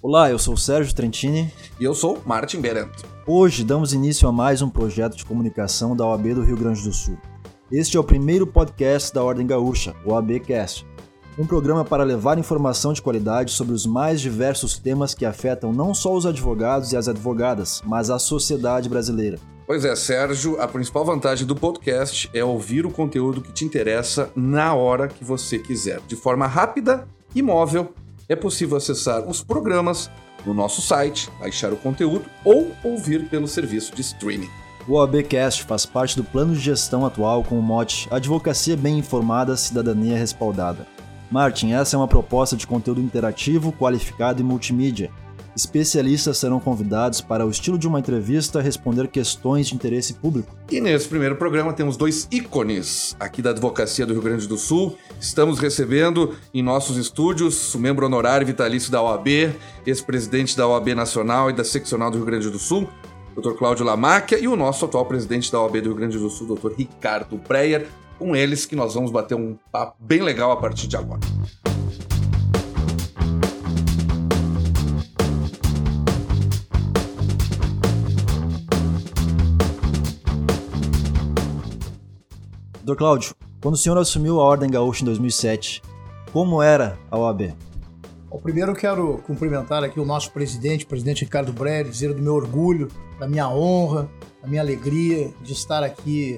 Olá, eu sou o Sérgio Trentini. E eu sou Martin Berento. Hoje damos início a mais um projeto de comunicação da OAB do Rio Grande do Sul. Este é o primeiro podcast da Ordem Gaúcha, o OABcast. Um programa para levar informação de qualidade sobre os mais diversos temas que afetam não só os advogados e as advogadas, mas a sociedade brasileira. Pois é, Sérgio, a principal vantagem do podcast é ouvir o conteúdo que te interessa na hora que você quiser. De forma rápida e móvel, é possível acessar os programas no nosso site, baixar o conteúdo ou ouvir pelo serviço de streaming. O OABcast faz parte do plano de gestão atual com o mote Advocacia Bem Informada, Cidadania Respaldada. Martin, essa é uma proposta de conteúdo interativo, qualificado e multimídia. Especialistas serão convidados para, ao estilo de uma entrevista, responder questões de interesse público. E nesse primeiro programa temos dois ícones aqui da Advocacia do Rio Grande do Sul. Estamos recebendo em nossos estúdios o membro honorário vitalício da OAB, ex-presidente da OAB Nacional e da Seccional do Rio Grande do Sul, Dr. Cláudio Lamáquia, e o nosso atual presidente da OAB do Rio Grande do Sul, Dr. Ricardo Breyer. Com eles que nós vamos bater um papo bem legal a partir de agora. Dr. Cláudio, quando o senhor assumiu a Ordem Gaúcha em 2007, como era a OAB? Primeiro eu quero cumprimentar aqui o nosso presidente Ricardo Breyer, dizer do meu orgulho, da minha honra, da minha alegria de estar aqui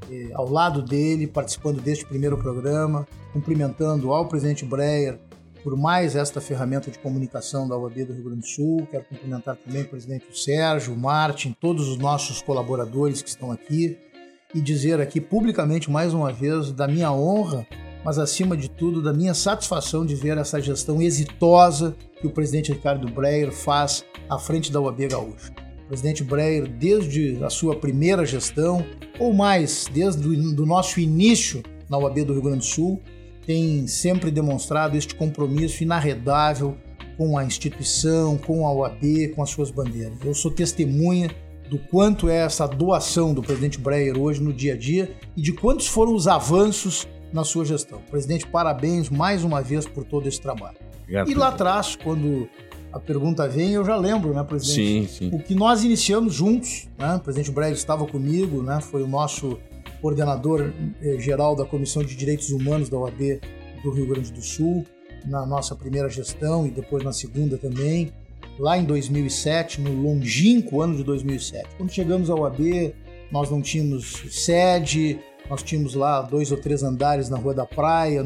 ao lado dele, participando deste primeiro programa, cumprimentando ao presidente Breyer por mais esta ferramenta de comunicação da OAB do Rio Grande do Sul. Quero cumprimentar também o presidente Sérgio, o Martin, todos os nossos colaboradores que estão aqui e dizer aqui publicamente mais uma vez da minha honra, mas acima de tudo da minha satisfação de ver essa gestão exitosa que o presidente Ricardo Breyer faz à frente da OAB Gaúcha. O presidente Breyer, desde a sua primeira gestão, ou mais, desde o nosso início na OAB do Rio Grande do Sul, tem sempre demonstrado este compromisso inarredável com a instituição, com a OAB, com as suas bandeiras. Eu sou testemunha do quanto é essa doação do presidente Breyer hoje no dia a dia e de quantos foram os avanços na sua gestão. Presidente, parabéns mais uma vez por todo esse trabalho. Obrigado. E lá atrás, quando a pergunta vem, eu já lembro, né, presidente? Sim. O que nós iniciamos juntos, né? O presidente Breyer estava comigo, né? Foi o nosso coordenador geral da Comissão de Direitos Humanos da OAB do Rio Grande do Sul, na nossa primeira gestão e depois na segunda também, lá em 2007, no longínquo ano de 2007. Quando chegamos à OAB, nós não tínhamos sede, nós tínhamos lá 2 ou 3 andares na Rua da Praia,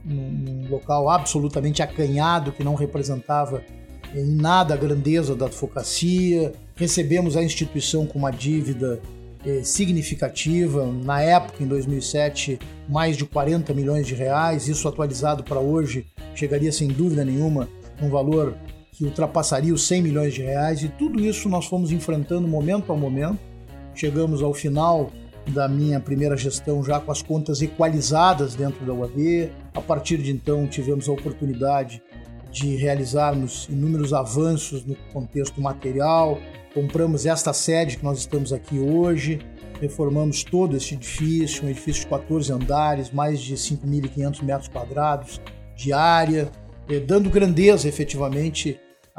num local absolutamente acanhado que não representava em nada a grandeza da advocacia. Recebemos a instituição com uma dívida significativa, na época, em 2007, mais de 40 milhões de reais, isso atualizado para hoje chegaria sem dúvida nenhuma um valor que ultrapassaria os 100 milhões de reais, e tudo isso nós fomos enfrentando momento a momento. Chegamos ao final da minha primeira gestão já com as contas equalizadas dentro da OAB. A partir de então tivemos a oportunidade de realizarmos inúmeros avanços no contexto material. Compramos esta sede que nós estamos aqui hoje, reformamos todo este edifício, um edifício de 14 andares, mais de 5.500 metros quadrados de área, dando grandeza efetivamente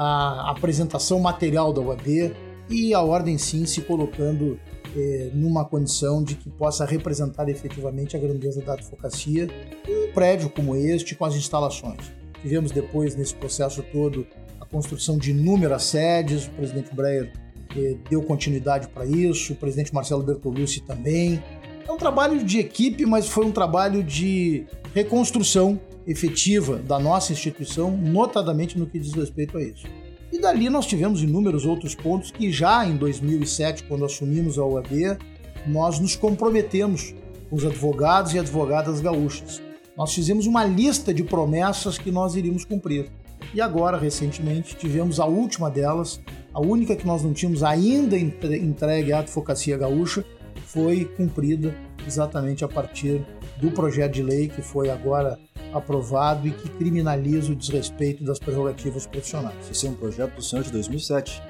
à apresentação material da OAB e a Ordem sim se colocando numa condição de que possa representar efetivamente a grandeza da advocacia em um prédio como este, com as instalações. Tivemos depois, nesse processo todo, a construção de inúmeras sedes. O presidente Breyer deu continuidade para isso, o presidente Marcelo Bertolucci também. É um trabalho de equipe, mas foi um trabalho de reconstrução efetiva da nossa instituição, notadamente no que diz respeito a isso. E dali nós tivemos inúmeros outros pontos que já em 2007, quando assumimos a OAB, nós nos comprometemos com os advogados e advogadas gaúchas. Nós fizemos uma lista de promessas que nós iríamos cumprir. E agora, recentemente, tivemos a última delas, a única que nós não tínhamos ainda entregue à advocacia gaúcha, foi cumprida exatamente a partir do projeto de lei que foi agora aprovado e que criminaliza o desrespeito das prerrogativas profissionais. Esse é um projeto do senhor de 2007.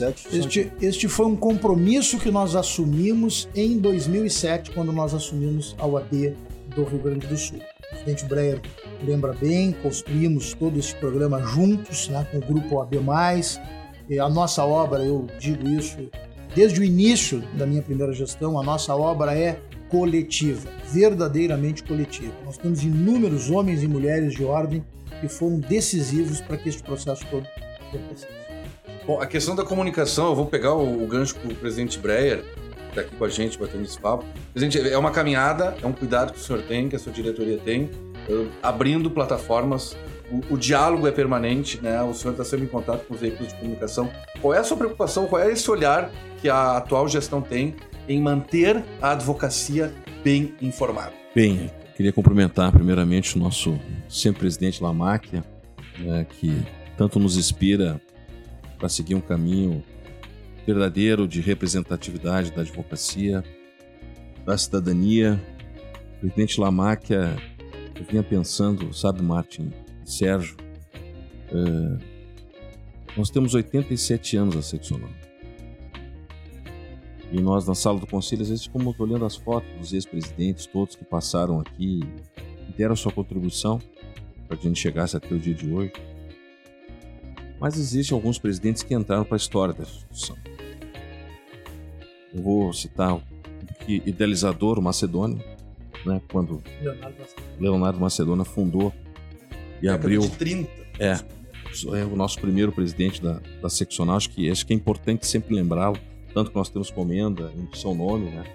Este foi um compromisso que nós assumimos em 2007, quando nós assumimos a OAB do Rio Grande do Sul. presidente Breyer lembra bem, construímos todo esse programa juntos, né, com o Grupo OAB+. E a nossa obra, eu digo isso desde o início da minha primeira gestão, a nossa obra é coletiva, verdadeiramente coletiva. Nós temos inúmeros homens e mulheres de ordem que foram decisivos para que este processo todo acontecesse. Bom, a questão da comunicação, eu vou pegar o gancho com o presidente Breyer, que está aqui com a gente, batendo esse papo. Presidente, é uma caminhada, é um cuidado que o senhor tem, que a sua diretoria tem, abrindo plataformas. O diálogo é permanente, né? O senhor está sempre em contato com os veículos de comunicação. Qual é a sua preocupação, qual é esse olhar que a atual gestão tem em manter a advocacia bem informada? Bem, queria cumprimentar primeiramente o nosso sempre presidente Lamáquia, né, que tanto nos inspira para seguir um caminho verdadeiro de representatividade da advocacia, da cidadania. O presidente Lamáquia, eu vinha pensando, sabe, Martin, Sérgio, nós temos 87 anos a seccional. E nós, na sala do conselho, às vezes ficamos olhando as fotos dos ex-presidentes, todos que passaram aqui e deram sua contribuição para que a gente chegasse até o dia de hoje. Mas existem alguns presidentes que entraram para a história da instituição. Eu vou citar o idealizador, o Macedônio, né, quando Leonardo Macedônio fundou e abriu... De 30. É o nosso primeiro presidente da seccional. Acho que é importante sempre lembrá-lo, tanto que nós temos comenda em seu nome, né?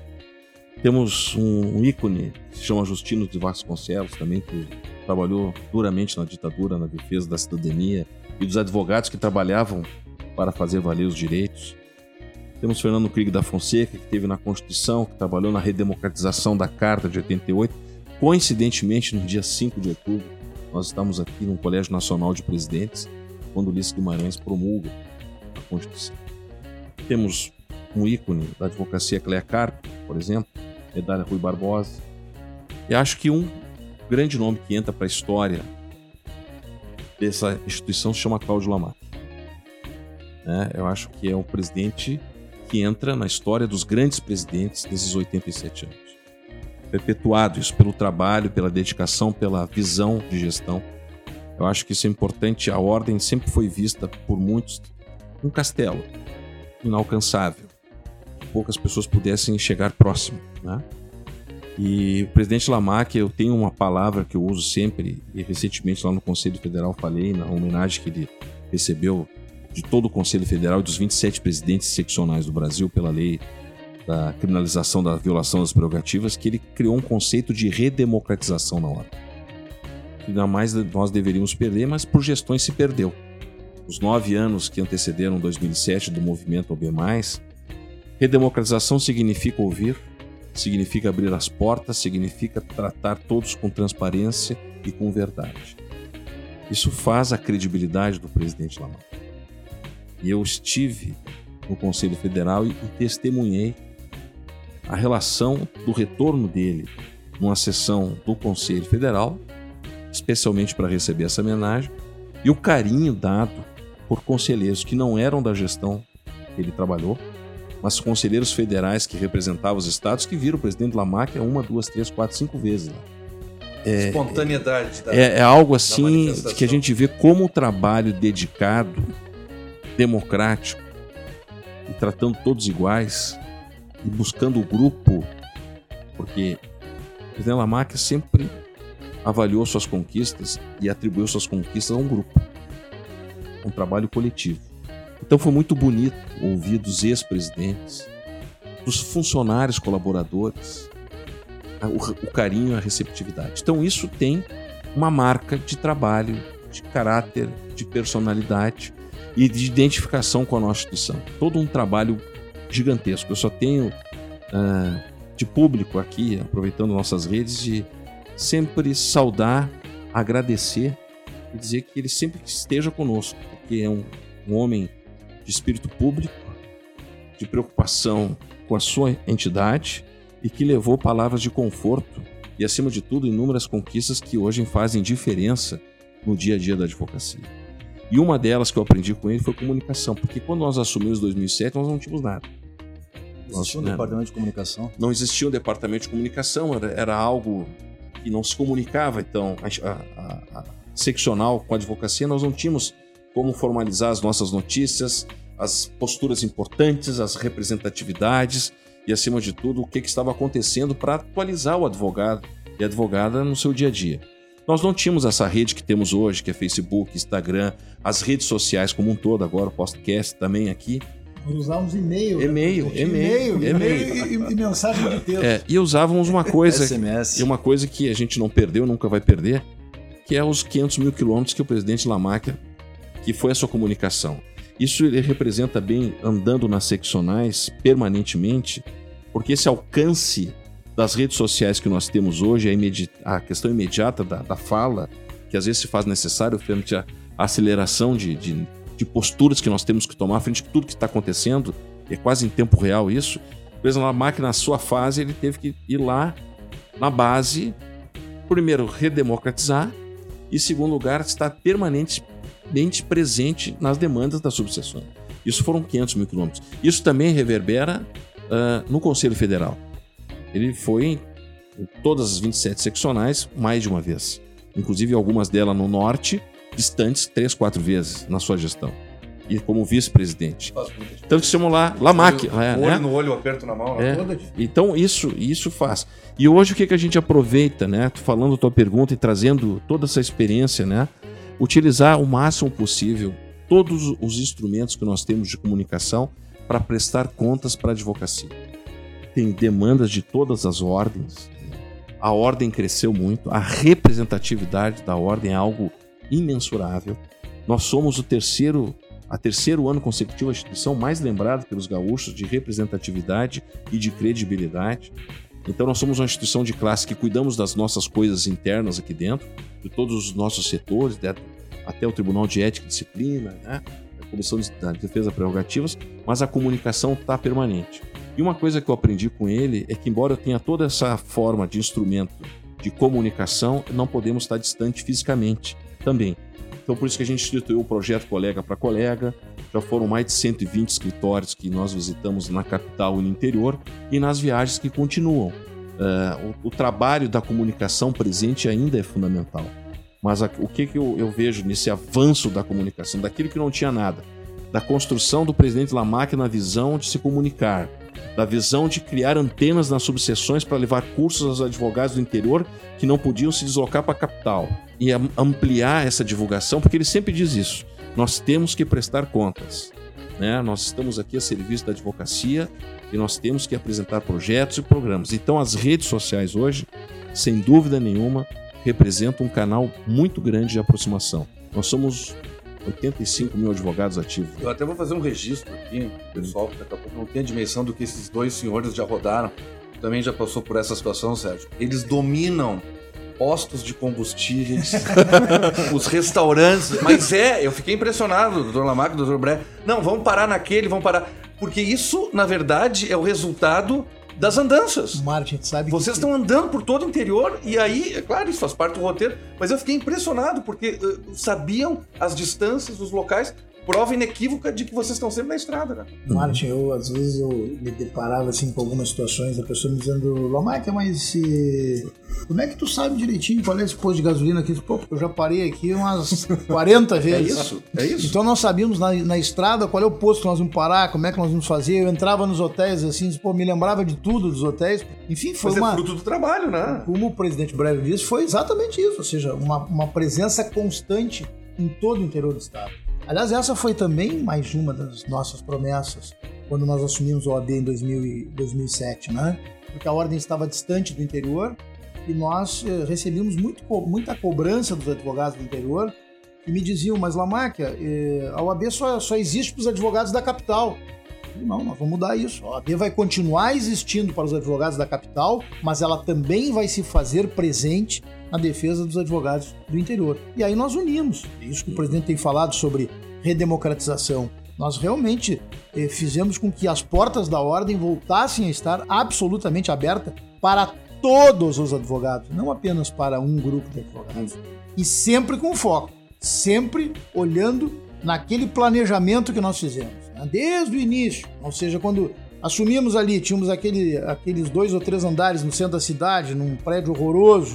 Temos um ícone que se chama Justino de Vasconcelos também, que trabalhou duramente na ditadura, na defesa da cidadania e dos advogados que trabalhavam para fazer valer os direitos. Temos Fernando Krieg da Fonseca, que esteve na Constituição, que trabalhou na redemocratização da Carta de 88. Coincidentemente, no dia 5 de outubro, nós estamos aqui no Colégio Nacional de Presidentes, quando Ulisses Guimarães promulga a Constituição. Temos um ícone da advocacia, Cléa Carpe, por exemplo, medalha Rui Barbosa. E acho que um grande nome que entra para a história dessa instituição se chama Cláudio Lamáquia. Eu acho que é um presidente que entra na história dos grandes presidentes desses 87 anos. Perpetuado isso pelo trabalho, pela dedicação, pela visão de gestão. Eu acho que isso é importante. A ordem sempre foi vista por muitos um castelo inalcançável, que poucas pessoas pudessem chegar próximo, né? E o presidente Lamáquia, eu tenho uma palavra que eu uso sempre, e recentemente lá no Conselho Federal falei, na homenagem que ele recebeu de todo o Conselho Federal e dos 27 presidentes seccionais do Brasil pela lei da criminalização da violação das prerrogativas, que ele criou um conceito de redemocratização na ordem. Que ainda mais nós deveríamos perder, mas por gestões se perdeu. Os 9 anos que antecederam 2007 do movimento OB+, redemocratização significa ouvir, significa abrir as portas, significa tratar todos com transparência e com verdade. Isso faz a credibilidade do presidente Lamáquia. E eu estive no Conselho Federal e testemunhei a relação do retorno dele numa sessão do Conselho Federal, especialmente para receber essa homenagem, e o carinho dado por conselheiros que não eram da gestão que ele trabalhou, mas conselheiros federais que representavam os estados, que viram o presidente Lamáquia 1, 2, 3, 4, 5 vezes lá. Espontaneidade. É algo assim que a gente vê como o trabalho dedicado, democrático, e tratando todos iguais, e buscando o grupo, porque o presidente Lamáquia sempre avaliou suas conquistas e atribuiu suas conquistas a um grupo, um trabalho coletivo. Então foi muito bonito ouvir dos ex-presidentes, dos funcionários colaboradores, o carinho e a receptividade. Então isso tem uma marca de trabalho, de caráter, de personalidade e de identificação com a nossa instituição. Todo um trabalho gigantesco. Eu só tenho de público aqui, aproveitando nossas redes, de sempre saudar, agradecer e dizer que ele sempre esteja conosco, porque é um homem de espírito público, de preocupação com a sua entidade e que levou palavras de conforto e, acima de tudo, inúmeras conquistas que hoje fazem diferença no dia a dia da advocacia. E uma delas que eu aprendi com ele foi comunicação, porque quando nós assumimos em 2007, nós não tínhamos nada. Existia um departamento de comunicação? Não existia um departamento de comunicação, era algo que não se comunicava, então, a seccional com a advocacia, nós não tínhamos como formalizar as nossas notícias, as posturas importantes, as representatividades e, acima de tudo, o que estava acontecendo para atualizar o advogado e a advogada no seu dia a dia. Nós não tínhamos essa rede que temos hoje, que é Facebook, Instagram, as redes sociais como um todo, agora o podcast também aqui. Nós usávamos e-mail. E-mail e mensagem de texto. E usávamos uma coisa, SMS. e uma coisa que a gente não perdeu, nunca vai perder, que é os 500 mil quilômetros que o presidente Lamáquia, que foi a sua comunicação. Isso ele representa bem andando nas seccionais permanentemente, porque esse alcance das redes sociais que nós temos hoje, a questão imediata da fala, que às vezes se faz necessário frente à aceleração de posturas que nós temos que tomar frente a tudo que está acontecendo, é quase em tempo real isso. O presidente Lamáquia, na sua fase, ele teve que ir lá na base, primeiro, redemocratizar e, em segundo lugar, estar permanentemente presente nas demandas das subseções. Isso foram 500 mil quilômetros. Isso também reverbera no Conselho Federal. Ele foi em todas as 27 seccionais mais de uma vez. Inclusive algumas delas no norte, distantes 3, 4 vezes na sua gestão. E como vice-presidente. Então que chamam lá Lamáquia. Olho no olho, aperto na mão. Então isso faz. E hoje o que a gente aproveita, né? Falando a tua pergunta e trazendo toda essa experiência, né? Utilizar o máximo possível todos os instrumentos que nós temos de comunicação para prestar contas para a advocacia. Tem demandas de todas as ordens. A ordem cresceu muito. A representatividade da ordem é algo imensurável. Nós somos a terceiro ano consecutivo a instituição mais lembrada pelos gaúchos de representatividade e de credibilidade. Então nós somos uma instituição de classe que cuidamos das nossas coisas internas aqui dentro, de todos os nossos setores, até o Tribunal de Ética e Disciplina, né? A Comissão de Defesa das Prerrogativas, mas a comunicação está permanente. E uma coisa que eu aprendi com ele é que, embora eu tenha toda essa forma de instrumento de comunicação, não podemos estar distante fisicamente também. Então, por isso que a gente instituiu o projeto Colega para Colega. Já foram mais de 120 escritórios que nós visitamos na capital e no interior, e nas viagens que continuam. O trabalho da comunicação presente ainda é fundamental. Mas o que eu vejo nesse avanço da comunicação, daquilo que não tinha nada, da construção do presidente Lamáquia na visão de se comunicar, da visão de criar antenas nas subseções para levar cursos aos advogados do interior que não podiam se deslocar para a capital e ampliar essa divulgação, porque ele sempre diz isso: nós temos que prestar contas, né? Nós estamos aqui a serviço da advocacia e nós temos que apresentar projetos e programas. Então as redes sociais hoje, sem dúvida nenhuma, representam um canal muito grande de aproximação. Nós somos 85 mil advogados ativos. Eu até vou fazer um registro aqui, pessoal, que daqui a pouco não tem a dimensão do que esses dois senhores já rodaram. Também já passou por essa situação, Sérgio. Eles dominam postos de combustíveis, os restaurantes. Mas eu fiquei impressionado, doutor Lamáquia, doutor Bré. Não, vamos parar naquele, vamos parar. Porque isso, na verdade, é o resultado das andanças. Martin, sabe vocês estão andando por todo o interior e aí, é claro, isso faz parte do roteiro, mas eu fiquei impressionado porque sabiam as distâncias, os locais, prova inequívoca de que vocês estão sempre na estrada, né? Martin, às vezes eu me deparava assim com algumas situações, a pessoa me dizendo: Lamáquia, mas como é que tu sabe direitinho qual é esse posto de gasolina aqui? Pô, eu já parei aqui umas 40 vezes. É isso. Então nós sabíamos na estrada qual é o posto que nós vamos parar, como é que nós vamos fazer. Eu entrava nos hotéis assim, me lembrava de tudo dos hotéis. Enfim, foi mas é fruto do trabalho, né? Como o presidente Breve disse, foi exatamente isso. Ou seja, uma presença constante em todo o interior do estado. Aliás, essa foi também mais uma das nossas promessas quando nós assumimos o OAB em 2007, né? Porque a ordem estava distante do interior e nós recebíamos muita cobrança dos advogados do interior que me diziam: mas Lamáquia, a OAB só existe para os advogados da capital. Não, nós vamos mudar isso. A OAB vai continuar existindo para os advogados da capital, mas ela também vai se fazer presente na defesa dos advogados do interior. E aí nós unimos. É isso que o presidente tem falado sobre redemocratização. Nós realmente fizemos com que as portas da ordem voltassem a estar absolutamente abertas para todos os advogados, não apenas para um grupo de advogados. E sempre com foco, sempre olhando naquele planejamento que nós fizemos, né? Desde o início. Ou seja, quando assumimos ali, tínhamos aqueles 2 ou 3 andares no centro da cidade, num prédio horroroso,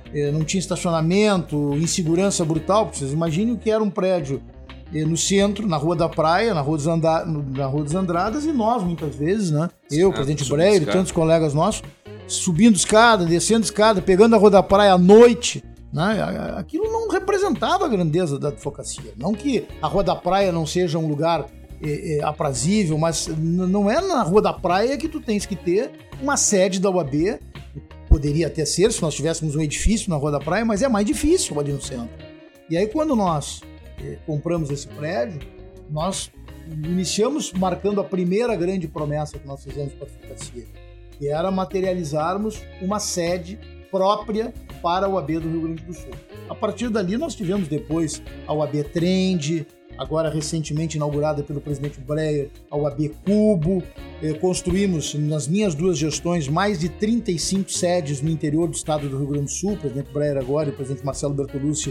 não tinha estacionamento, insegurança brutal. Vocês imaginem o que era um prédio no centro, na Rua da Praia, na Rua dos Andradas, e nós, muitas vezes, né? Eu, o presidente Breyer e tantos colegas nossos, subindo escada, descendo escada, pegando a Rua da Praia à noite, né? Aquilo não representava a grandeza da advocacia. Não que a Rua da Praia não seja um lugar aprazível, mas não é na Rua da Praia que tu tens que ter uma sede da OAB. Poderia até ser, se nós tivéssemos um edifício na Rua da Praia, mas é mais difícil ali no centro. E aí, quando nós compramos esse prédio, nós iniciamos marcando a primeira grande promessa que nós fizemos para a advocacia, que era materializarmos uma sede própria para a OAB do Rio Grande do Sul. A partir dali, nós tivemos depois a OAB Trend, agora recentemente inaugurada pelo presidente Breyer, a OAB Cubo. Construímos, nas minhas 2 gestões, mais de 35 sedes no interior do estado do Rio Grande do Sul. O presidente Breyer agora e o presidente Marcelo Bertolucci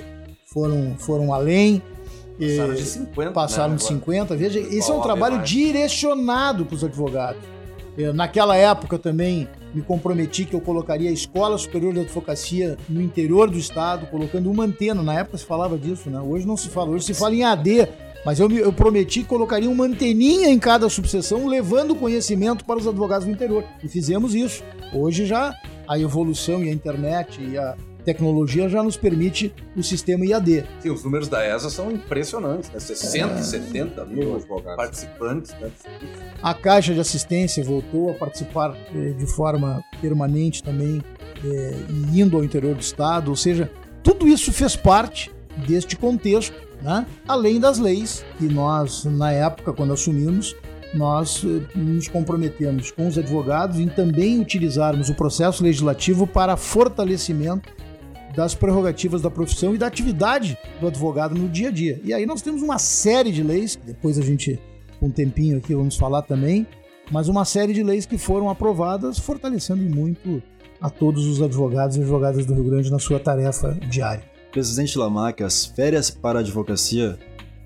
foram além. Passaram de 50. Passaram de 50. Veja, esse é um trabalho direcionado para os advogados. Naquela época também me comprometi que eu colocaria a Escola Superior de Advocacia no interior do estado, colocando uma antena. Na época se falava disso, né? Hoje não se fala, hoje se fala em AD, mas eu prometi que colocaria uma anteninha em cada subseção, levando conhecimento para os advogados do interior. E fizemos isso. Hoje já a evolução e a internet e a tecnologia já nos permite o sistema IAD. Sim, os números da ESA são impressionantes, né? 60, 70 mil participantes. Né? A Caixa de Assistência voltou a participar de forma permanente também, indo ao interior do estado, ou seja, tudo isso fez parte deste contexto, né? Além das leis que nós, na época, quando assumimos, nós nos comprometemos com os advogados em também utilizarmos o processo legislativo para fortalecimento das prerrogativas da profissão e da atividade do advogado no dia a dia. E aí nós temos uma série de leis, depois a gente, com um tempinho aqui, vamos falar também, mas uma série de leis que foram aprovadas, fortalecendo muito a todos os advogados e advogadas do Rio Grande na sua tarefa diária. Presidente Lamaque, as férias para a advocacia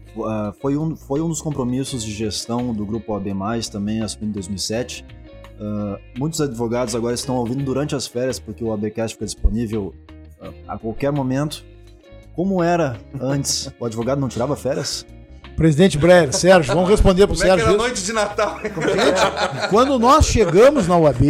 foi um dos compromissos de gestão do Grupo OAB+, também assumido em 2007. Muitos advogados agora estão ouvindo durante as férias, porque o OABcast fica disponível a qualquer momento. Como era antes? O advogado não tirava férias? Presidente Breyer, Sérgio, vamos responder para o Sérgio. Como é que era a noite de Natal? Gente, quando nós chegamos na OAB,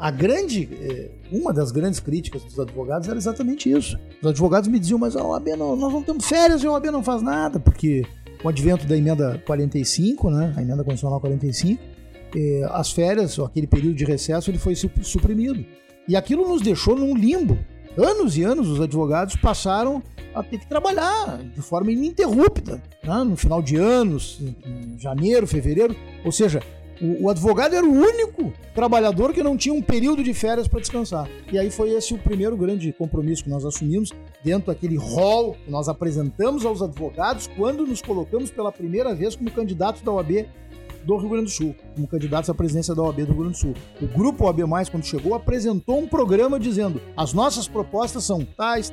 uma das grandes críticas dos advogados era exatamente isso. Os advogados me diziam, mas a OAB nós não temos férias e a OAB não faz nada, porque com o advento da emenda 45, né, a emenda constitucional 45, as férias, aquele período de recesso, ele foi suprimido. E aquilo nos deixou num limbo. Anos e anos os advogados passaram a ter que trabalhar de forma ininterrupta, né? No final de anos, em janeiro, fevereiro. Ou seja, o advogado era o único trabalhador que não tinha um período de férias para descansar. E aí foi esse o primeiro grande compromisso que nós assumimos dentro daquele hall que nós apresentamos aos advogados quando nos colocamos pela primeira vez como candidatos da OAB do Rio Grande do Sul, como candidatos à presidência da OAB do Rio Grande do Sul. O Grupo OAB+, quando chegou, apresentou um programa dizendo: as nossas propostas são tais.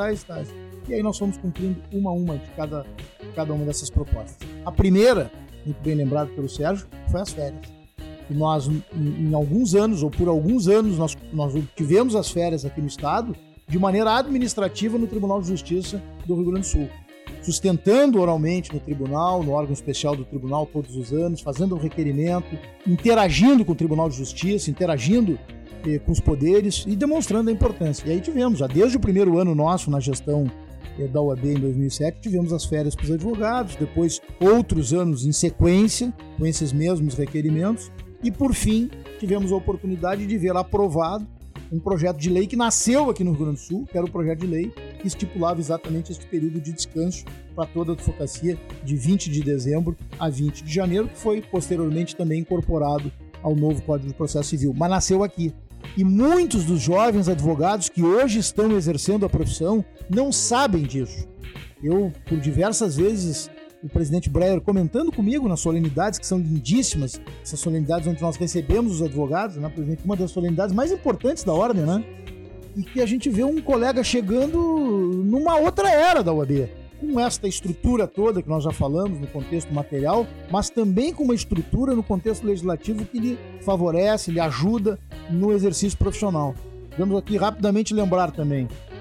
E aí nós fomos cumprindo uma a uma de cada uma dessas propostas. A primeira, muito bem lembrado pelo Sérgio, foi as férias. E nós, em alguns anos, ou por alguns anos, nós tivemos as férias aqui no Estado de maneira administrativa no Tribunal de Justiça do Rio Grande do Sul, sustentando oralmente no tribunal, no órgão especial do tribunal todos os anos, fazendo um requerimento, interagindo com o Tribunal de Justiça, interagindo com os poderes e demonstrando a importância. E aí tivemos, já desde o primeiro ano nosso na gestão da OAB em 2007, tivemos as férias para os advogados, depois outros anos em sequência, com esses mesmos requerimentos, e por fim tivemos a oportunidade de ver aprovado um projeto de lei que nasceu aqui no Rio Grande do Sul, que era o projeto de lei que estipulava exatamente esse período de descanso para toda a advocacia de 20 de dezembro a 20 de janeiro, que foi posteriormente também incorporado ao novo Código de Processo Civil, mas nasceu aqui. E muitos dos jovens advogados que hoje estão exercendo a profissão não sabem disso. Eu, por diversas vezes, o presidente Breyer comentando comigo nas solenidades, que são lindíssimas, essas solenidades onde nós recebemos os advogados, né, presidente, uma das solenidades mais importantes da ordem, né? E que a gente vê um colega chegando numa outra era da OAB, com esta estrutura toda que nós já falamos no contexto material, mas também com uma estrutura no contexto legislativo que lhe favorece, lhe ajuda no exercício profissional. Vamos aqui rapidamente lembrar também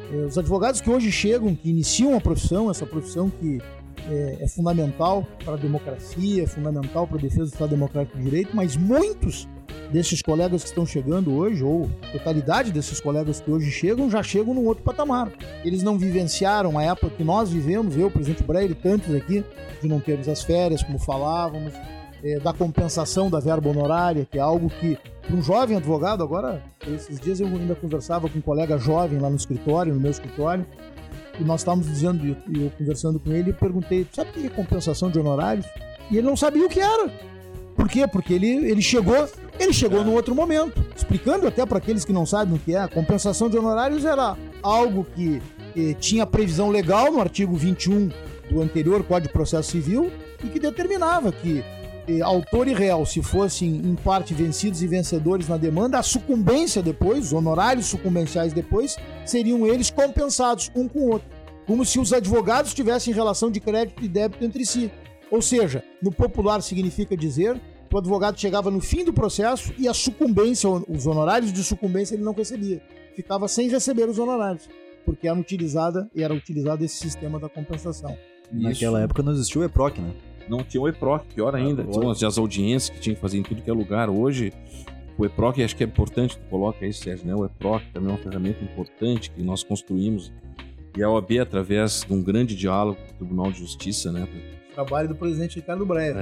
Os advogados que hoje chegam, que iniciam a profissão, essa profissão que é fundamental para a democracia, é fundamental para a defesa do Estado Democrático de Direito, mas muitos desses colegas que estão chegando hoje, ou a totalidade desses colegas que hoje chegam, já chegam num outro patamar. Eles não vivenciaram a época que nós vivemos, eu, presidente Breyer e tantos aqui, de não termos as férias, como falávamos, da compensação da verba honorária, que é algo que, para um jovem advogado, agora, esses dias eu ainda conversava com um colega jovem lá no escritório, no meu escritório, e nós estávamos dizendo, e eu conversando com ele, e perguntei, sabe o que é compensação de honorários? E ele não sabia o que era. Por quê? Porque ele chegou num outro momento, explicando até para aqueles que não sabem o que é. A compensação de honorários era algo que tinha previsão legal no artigo 21 do anterior Código de Processo Civil e que determinava que autor e réu, se fossem em parte vencidos e vencedores na demanda, a sucumbência depois, os honorários sucumbenciais depois, seriam eles compensados um com o outro, como se os advogados tivessem relação de crédito e débito entre si. Ou seja, no popular significa dizer que o advogado chegava no fim do processo e a sucumbência, os honorários de sucumbência ele não recebia. Ficava sem receber os honorários, porque era utilizado esse sistema da compensação. Naquela época não existia o EPROC, né? Não tinha o EPROC, pior ainda. Tinha as audiências que tinha que fazer em tudo que é lugar. Hoje, o EPROC, acho que é importante, tu coloca aí, Sérgio, né? O EPROC também é uma ferramenta importante que nós construímos. E a OAB, através de um grande diálogo com o Tribunal de Justiça, né? Trabalho do presidente Ricardo Breyer.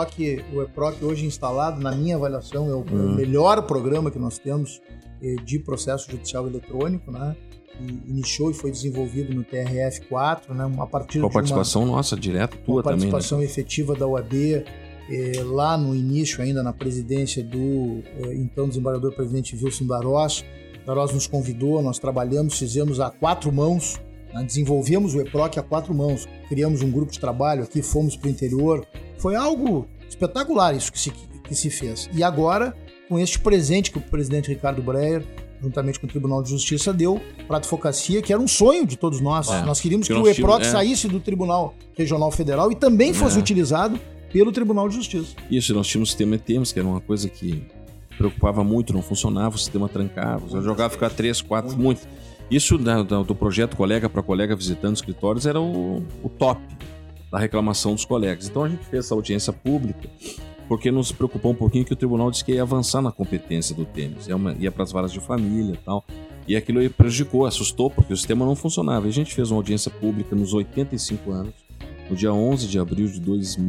O EPROC hoje instalado, na minha avaliação, é o melhor programa que nós temos de processo judicial eletrônico, né? E iniciou e foi desenvolvido no TRF4, né? A partir com a participação nossa, direta, tua também. Participação efetiva da OAB, lá no início, ainda na presidência do então desembargador presidente Wilson Darós. Darós nos convidou, nós trabalhamos, fizemos a 4 mãos, né? Desenvolvemos o EPROC a 4 mãos, criamos um grupo de trabalho aqui, fomos para o interior. Foi algo espetacular isso que se fez. E agora, com este presente que o presidente Ricardo Breyer, juntamente com o Tribunal de Justiça, deu para a advocacia, que era um sonho de todos nós. Nós queríamos que o EPROC saísse do Tribunal Regional Federal e também fosse utilizado pelo Tribunal de Justiça. Isso, nós tínhamos o sistema ETEMS, que era uma coisa que preocupava muito, não funcionava, o sistema trancava, eu jogava ficar 3, 4, muito. Isso do projeto Colega para Colega visitando escritórios era o top da reclamação dos colegas. Então a gente fez essa audiência pública, porque nos preocupou um pouquinho que o tribunal disse que ia avançar na competência do TEMES, ia para as varas de família e tal, e aquilo prejudicou, assustou, porque o sistema não funcionava. E a gente fez uma audiência pública nos 85 anos, no dia 11 de abril de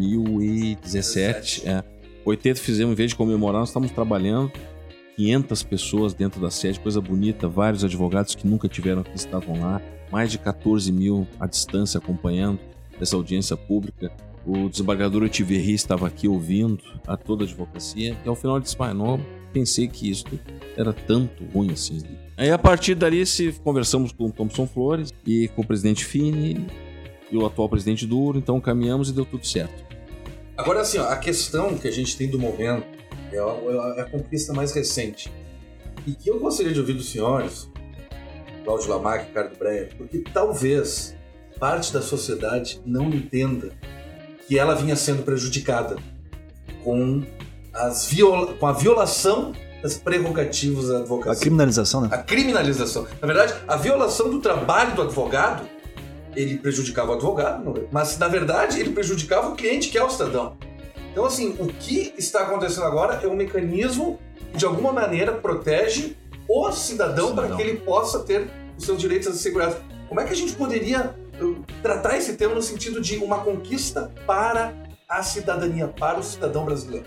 2017. 80 fizemos, em vez de comemorar, nós estávamos trabalhando, 500 pessoas dentro da sede, coisa bonita, vários advogados que nunca tiveram aqui estavam lá, mais de 14 mil à distância acompanhando essa audiência pública. O desembargador Etiverri estava aqui ouvindo a toda a advocacia e ao final ele disse, não, pensei que isso era tanto ruim assim. Aí a partir dali conversamos com o Thompson Flores e com o presidente Fini e o atual presidente Duro, então caminhamos e deu tudo certo. Agora assim, a questão que a gente tem do momento é a conquista mais recente e que eu gostaria de ouvir dos senhores, Cláudio Lamarck e Ricardo Breyer, porque talvez parte da sociedade não entenda que ela vinha sendo prejudicada com a violação das prerrogativas da advocacia. A criminalização, né? A criminalização. Na verdade, a violação do trabalho do advogado, ele prejudicava o advogado, mas na verdade ele prejudicava o cliente, que é o cidadão. Então, assim, o que está acontecendo agora é um mecanismo que, de alguma maneira, protege o cidadão para que ele possa ter os seus direitos assegurados. Como é que a gente poderia tratar esse tema no sentido de uma conquista para a cidadania, para o cidadão brasileiro?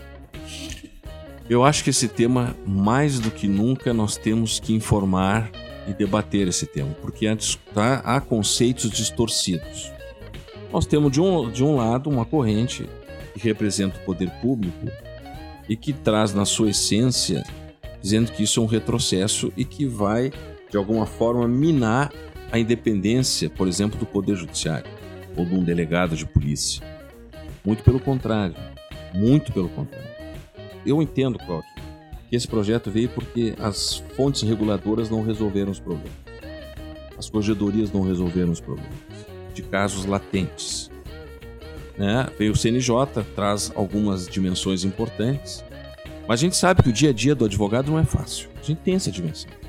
Eu acho que esse tema, mais do que nunca, nós temos que informar e debater esse tema, porque há conceitos distorcidos. Nós temos, de um lado, uma corrente que representa o poder público e que traz na sua essência, dizendo que isso é um retrocesso e que vai, de alguma forma, minar a independência, por exemplo, do Poder Judiciário ou de um delegado de polícia. Muito pelo contrário. Muito pelo contrário. Eu entendo, Cláudio, que esse projeto veio porque as fontes reguladoras não resolveram os problemas. As corregedorias não resolveram os problemas de casos latentes. Veio o CNJ, traz algumas dimensões importantes, mas a gente sabe que o dia a dia do advogado não é fácil. A gente tem essa dimensão.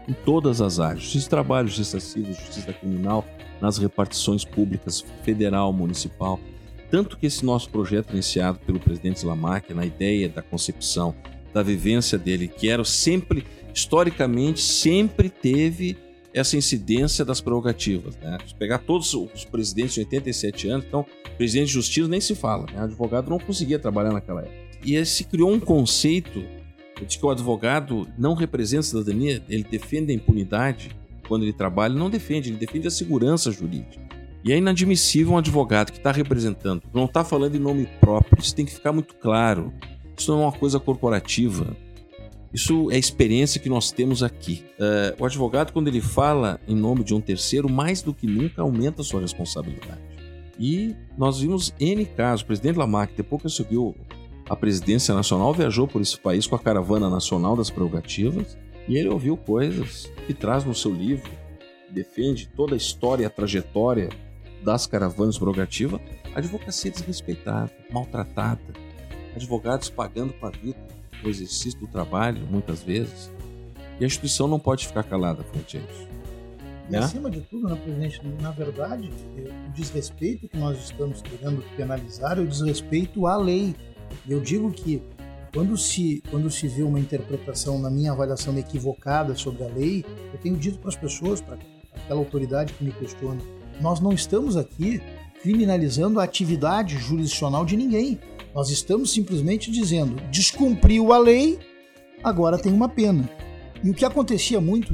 em todas as áreas. Justiça do trabalho, justiça civil, justiça criminal, nas repartições públicas, federal, municipal. Tanto que esse nosso projeto iniciado pelo presidente Dlamac, na ideia da concepção, da vivência dele, que era sempre, historicamente, sempre teve essa incidência das prerrogativas, né? Se pegar todos os presidentes de 87 anos, então, presidente de justiça nem se fala, né? O advogado não conseguia trabalhar naquela época. E aí se criou um conceito de que o advogado não representa a cidadania, ele defende a impunidade quando ele trabalha, ele não defende, ele defende a segurança jurídica. E é inadmissível um advogado que está representando, não está falando em nome próprio, isso tem que ficar muito claro. Isso não é uma coisa corporativa. Isso é a experiência que nós temos aqui. O advogado, quando ele fala em nome de um terceiro, mais do que nunca aumenta a sua responsabilidade. E nós vimos N casos. O presidente Dlamac, depois que assumiu a presidência nacional, viajou por esse país com a Caravana Nacional das Prerrogativas e ele ouviu coisas que traz no seu livro, defende toda a história e a trajetória das caravanas prerrogativas. A advocacia desrespeitada, maltratada, advogados pagando com a vida o exercício do trabalho, muitas vezes, e a instituição não pode ficar calada frente a isso. E acima de tudo, né, presidente, na verdade, o desrespeito que nós estamos querendo penalizar é o desrespeito à lei. Eu digo que quando se vê uma interpretação, na minha avaliação, equivocada sobre a lei, eu tenho dito para as pessoas, para aquela autoridade que me questiona, nós não estamos aqui criminalizando a atividade jurisdicional de ninguém. Nós estamos simplesmente dizendo, descumpriu a lei, agora tem uma pena. E o que acontecia muito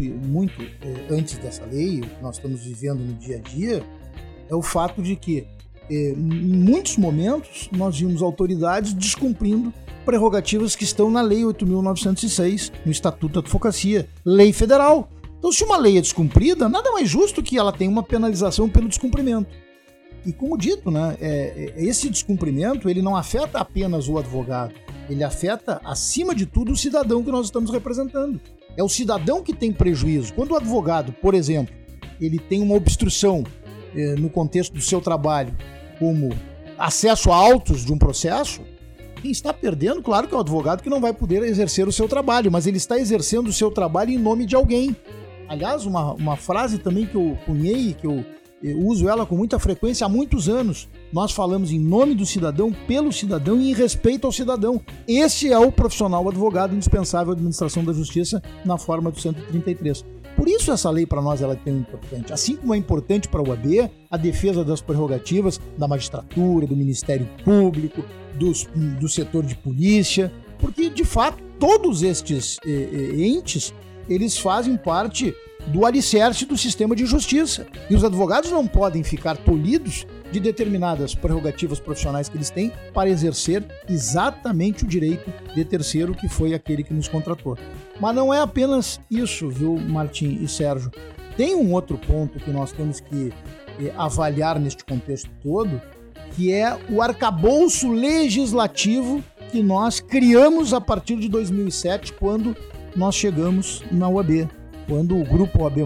antes dessa lei, o que nós estamos vivendo no dia a dia, é o fato de que, em muitos momentos, nós vimos autoridades descumprindo prerrogativas que estão na Lei 8.906, no Estatuto da Advocacia, lei federal. Então, se uma lei é descumprida, nada mais justo que ela tenha uma penalização pelo descumprimento. E como dito, né, esse descumprimento ele não afeta apenas o advogado, ele afeta, acima de tudo, o cidadão que nós estamos representando. É o cidadão que tem prejuízo. Quando o advogado, por exemplo, ele tem uma obstrução no contexto do seu trabalho, como acesso a autos de um processo, quem está perdendo, claro que é o advogado que não vai poder exercer o seu trabalho, mas ele está exercendo o seu trabalho em nome de alguém. Aliás, uma frase também que eu cunhei, que eu uso ela com muita frequência há muitos anos. Nós falamos em nome do cidadão, pelo cidadão e em respeito ao cidadão. Esse é o profissional advogado indispensável à administração da justiça na forma do 133. Por isso essa lei para nós ela é tão importante. Assim como é importante para a OAB a defesa das prerrogativas da magistratura, do Ministério Público, do setor de polícia, porque de fato todos estes entes eles fazem parte do alicerce do sistema de justiça. E os advogados não podem ficar tolhidos de determinadas prerrogativas profissionais que eles têm para exercer exatamente o direito de terceiro, que foi aquele que nos contratou. Mas não é apenas isso, viu, Martim e Sérgio? Tem um outro ponto que nós temos que avaliar neste contexto todo, que é o arcabouço legislativo que nós criamos a partir de 2007, quando nós chegamos na OAB, quando o Grupo OAB+,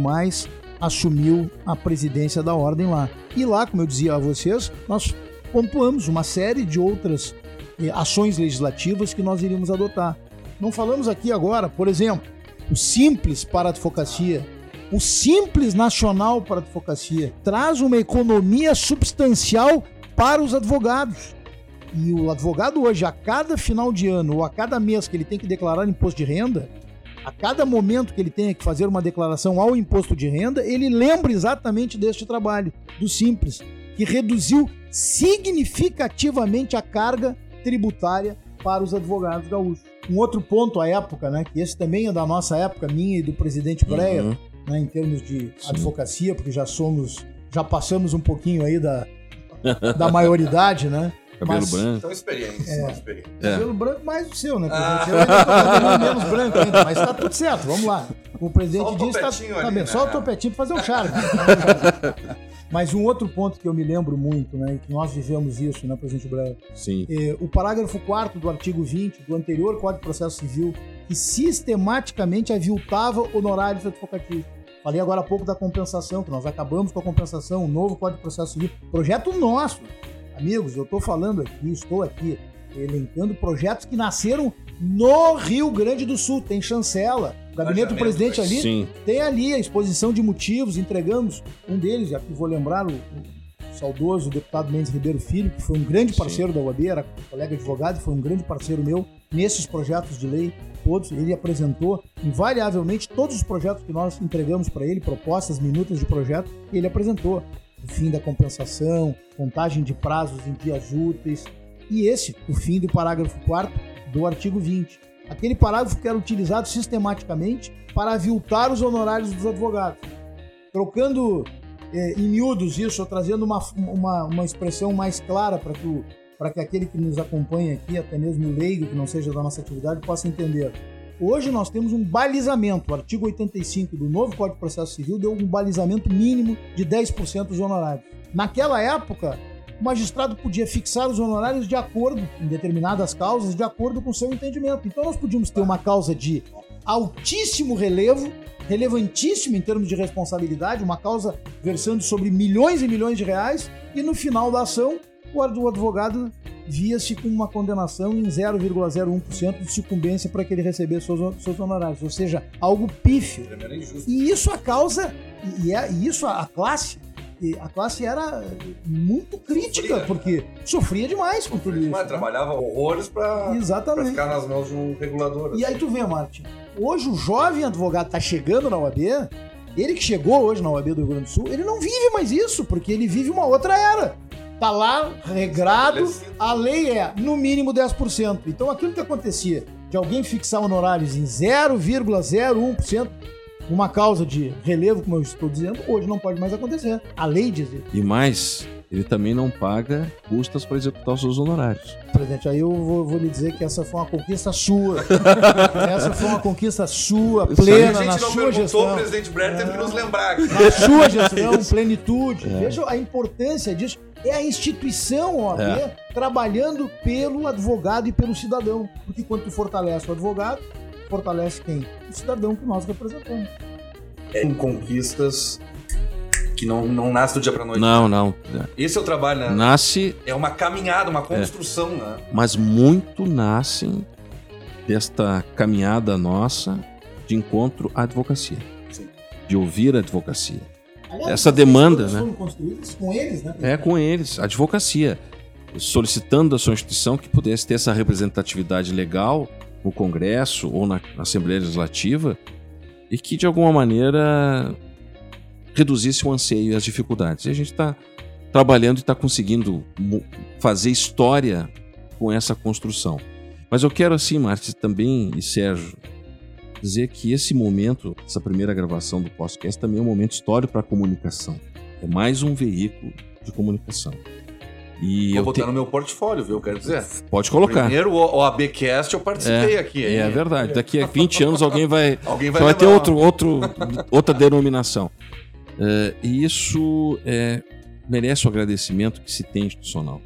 assumiu a presidência da ordem lá. E lá, como eu dizia a vocês, nós pontuamos uma série de outras ações legislativas que nós iríamos adotar. Não falamos aqui agora, por exemplo, o Simples para a Advocacia. O Simples Nacional para a Advocacia traz uma economia substancial para os advogados. E o advogado hoje, a cada final de ano ou a cada mês que ele tem que declarar imposto de renda, a cada momento que ele tenha que fazer uma declaração ao imposto de renda, ele lembra exatamente deste trabalho, do Simples, que reduziu significativamente a carga tributária para os advogados gaúchos. Um outro ponto à época, né, que esse também é da nossa época, minha e do presidente Breyer, né, em termos de advocacia, porque já passamos um pouquinho aí da maioridade, né? Cabelo branco. São experiências. Cabelo branco mais o seu, né? Eu ainda tô cabelo menos branco ainda, mas tá tudo certo, vamos lá. O presidente disse que tá bem, né? Só o topetinho pra fazer um charme. Mas um outro ponto que eu me lembro muito, né, que nós vivemos isso, né, presidente Breyer? Sim. O parágrafo 4º do artigo 20 do anterior Código de Processo Civil, que sistematicamente aviltava honorários advocatícios. Falei agora há pouco da compensação, que nós acabamos com a compensação, o novo Código de Processo Civil, projeto nosso. Amigos, eu estou aqui elencando projetos que nasceram no Rio Grande do Sul. Tem chancela, O gabinete do presidente ali, Sim. tem ali a exposição de motivos, entregamos um deles, aqui vou lembrar o saudoso deputado Mendes Ribeiro Filho, que foi um grande parceiro da OAB, era colega advogado, foi um grande parceiro meu nesses projetos de lei todos. Ele apresentou invariavelmente todos os projetos que nós entregamos para ele, propostas, minutas de projeto, e ele apresentou. O fim da compensação, contagem de prazos em dias úteis, e o fim do parágrafo 4º do artigo 20. Aquele parágrafo que era utilizado sistematicamente para aviltar os honorários dos advogados. Trocando em miúdos isso, ou trazendo uma expressão mais clara para que aquele que nos acompanha aqui, até mesmo o leigo, que não seja da nossa atividade, possa entender. Hoje nós temos um balizamento. O artigo 85 do novo Código de Processo Civil deu um balizamento mínimo de 10% dos honorários. Naquela época, o magistrado podia fixar os honorários de acordo, em determinadas causas, de acordo com o seu entendimento. Então nós podíamos ter uma causa de altíssimo relevo, relevantíssima em termos de responsabilidade, uma causa versando sobre milhões e milhões de reais, e no final da ação, o advogado via-se com uma condenação em 0,01% de sucumbência para que ele recebesse seus honorários, ou seja, algo pífio. E isso a causa, a classe era muito crítica, porque sofria demais com tudo isso. Mas trabalhava horrores para ficar nas mãos de um regulador. E aí tu vê, Martin, hoje o jovem advogado está chegando na OAB, ele que chegou hoje na OAB do Rio Grande do Sul, ele não vive mais isso, porque ele vive uma outra era. Tá lá, regrado, a lei é no mínimo 10%. Então aquilo que acontecia de alguém fixar honorários em 0,01%, uma causa de relevo, como eu estou dizendo, hoje não pode mais acontecer. A lei diz isso. E mais, ele também não paga custas para executar os seus honorários. Presidente, aí eu vou lhe dizer que essa foi uma conquista sua. Essa foi uma conquista sua, plena, na sua gestão. O presidente Breyer teve que nos lembrar. Na sua gestão, plenitude. Veja a importância disso. É a instituição OAB trabalhando pelo advogado e pelo cidadão. Porque quando tu fortalece o advogado, fortalece quem? O cidadão que nós representamos. Com conquistas que não nasce do dia pra noite. Não. Esse é o trabalho, né? Nasce... É uma caminhada, uma construção, né? Mas muito nascem desta caminhada nossa de encontro à advocacia. Sim. De ouvir a advocacia. Aliás, essa demanda, né? Foram construídas com eles, né? É com eles, a advocacia, solicitando da sua instituição que pudesse ter essa representatividade legal no Congresso ou na Assembleia Legislativa e que de alguma maneira reduzisse o anseio e as dificuldades. E a gente está trabalhando e está conseguindo fazer história com essa construção. Mas eu quero assim, Márcio, também e Sérgio, dizer que esse momento, essa primeira gravação do podcast, também é um momento histórico para a comunicação. É mais um veículo de comunicação. E vou botar no meu portfólio, viu? Quero dizer. Pode colocar. Primeiro, o OABcast eu participei aqui. É verdade. Daqui a 20 anos alguém vai ter outra denominação. E isso merece o agradecimento que se tem institucional.